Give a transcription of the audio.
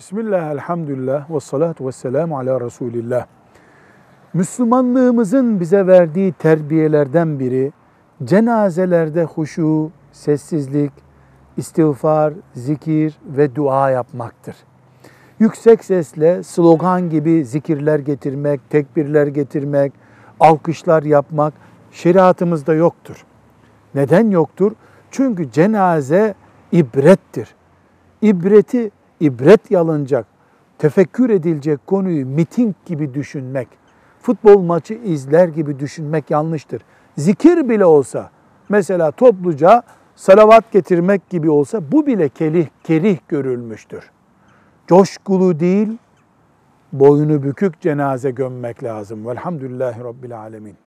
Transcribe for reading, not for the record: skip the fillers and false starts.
Bismillah, elhamdülillah, ve salatu ve selamu ala Resulillah. Müslümanlığımızın bize verdiği terbiyelerden biri, cenazelerde huşu, sessizlik, istiğfar, zikir ve dua yapmaktır. Yüksek sesle slogan gibi zikirler getirmek, tekbirler getirmek, alkışlar yapmak şeriatımızda yoktur. Neden yoktur? Çünkü cenaze ibrettir. İbret alınacak, tefekkür edilecek konuyu miting gibi düşünmek, futbol maçı izler gibi düşünmek yanlıştır. Zikir bile olsa, mesela topluca salavat getirmek gibi olsa bu bile kerih görülmüştür. Coşkulu değil, boynu bükük cenaze gömmek lazım. Velhamdülillahi Rabbil alemin.